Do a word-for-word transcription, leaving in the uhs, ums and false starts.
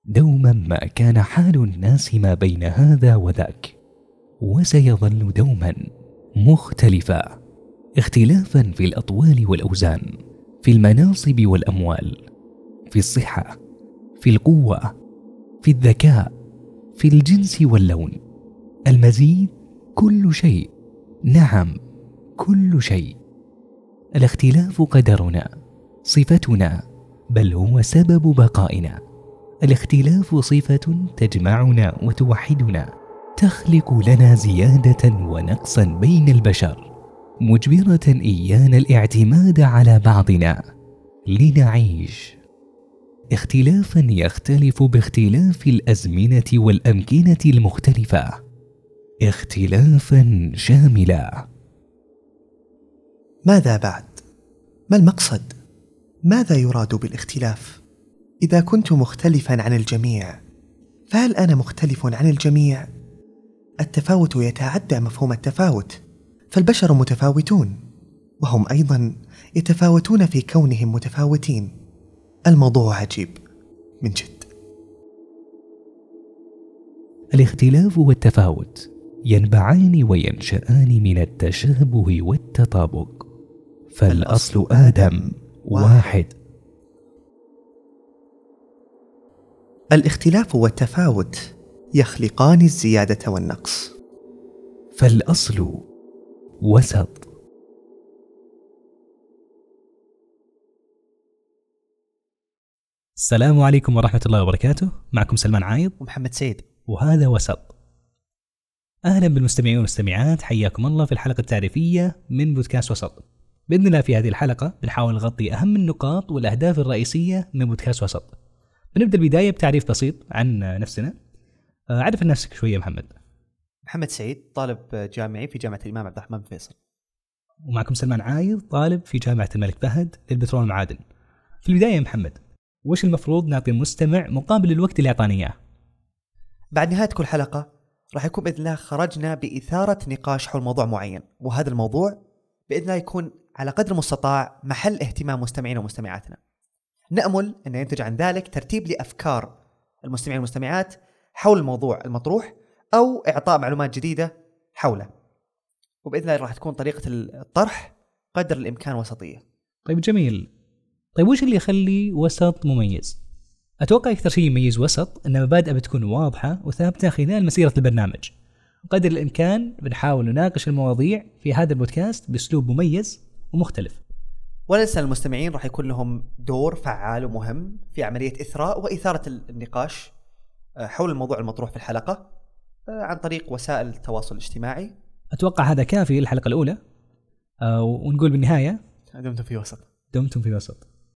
دوما ما كان حال الناس ما بين هذا وذاك، وسيظل دوما مختلفا، اختلافا في الأطوال والأوزان، في المناصب والأموال، في الصحة، في القوة، في الذكاء، في الجنس واللون، المزيد، كل شيء، نعم كل شيء. الاختلاف قدرنا، صفتنا، بل هو سبب بقائنا. الاختلاف صفة تجمعنا وتوحدنا، تخلق لنا زيادة ونقصا بين البشر، مجبرة إيانا الاعتماد على بعضنا لنعيش. اختلافا يختلف باختلاف الأزمنة والأمكنة المختلفة، اختلافا شاملا. ماذا بعد؟ ما المقصد؟ ماذا يراد بالاختلاف؟ إذا كنت مختلفا عن الجميع، فهل أنا مختلف عن الجميع؟ التفاوت يتعدى مفهوم التفاوت، فالبشر متفاوتون، وهم أيضا يتفاوتون في كونهم متفاوتين. الموضوع عجيب من جد. الاختلاف والتفاوت ينبعان وينشأان من التشابه والتطابق، فالأصل آدم واحد. الاختلاف والتفاوت يخلقان الزيادة والنقص، فالأصل وسط. السلام عليكم ورحمة الله وبركاته، معكم سلمان عايض ومحمد سيد، وهذا وسط. أهلا بالمستمعين والمستمعات، حياكم الله في الحلقة التعريفية من بودكاست وسط. بإذن الله في هذه الحلقة بنحاول نغطي أهم النقاط والأهداف الرئيسية من بودكاست وسط. بنبدأ البداية بتعريف بسيط عن نفسنا. عرف نفسك شوية محمد. محمد سعيد، طالب جامعي في جامعة الإمام عبد الرحمن بن فيصل. ومعكم سلمان عايض، طالب في جامعة الملك فهد للبترول والمعادن. في البداية يا محمد، وش المفروض نعطي المستمع مقابل الوقت اللي أعطاني إياه؟ بعد نهاية كل حلقة راح يكون بإذن الله خرجنا بإثارة نقاش حول موضوع معين، وهذا الموضوع بإذن الله يكون على قدر المستطاع محل اهتمام مستمعين ومستمعاتنا. نأمل أن ينتج عن ذلك ترتيب لأفكار المستمعين والمستمعات حول الموضوع المطروح، أو إعطاء معلومات جديدة حوله، وبإذن الله راح تكون طريقة الطرح قدر الإمكان وسطية. طيب جميل. طيب وش اللي يخلي وسط مميز؟ أتوقع أكثر شيء يميز وسط أن مبادئه بتكون واضحة وثابتة خلال مسيرة البرنامج، وقدر الإمكان بنحاول نناقش المواضيع في هذا البودكاست بأسلوب مميز ومختلف. ولسه المستمعين راح يكون لهم دور فعال ومهم في عملية إثراء وإثارة النقاش حول الموضوع المطروح في الحلقة عن طريق وسائل التواصل الاجتماعي. أتوقع هذا كافي للحلقة الأولى، ونقول بالنهاية دمتم في وسط. دمتم في وسط.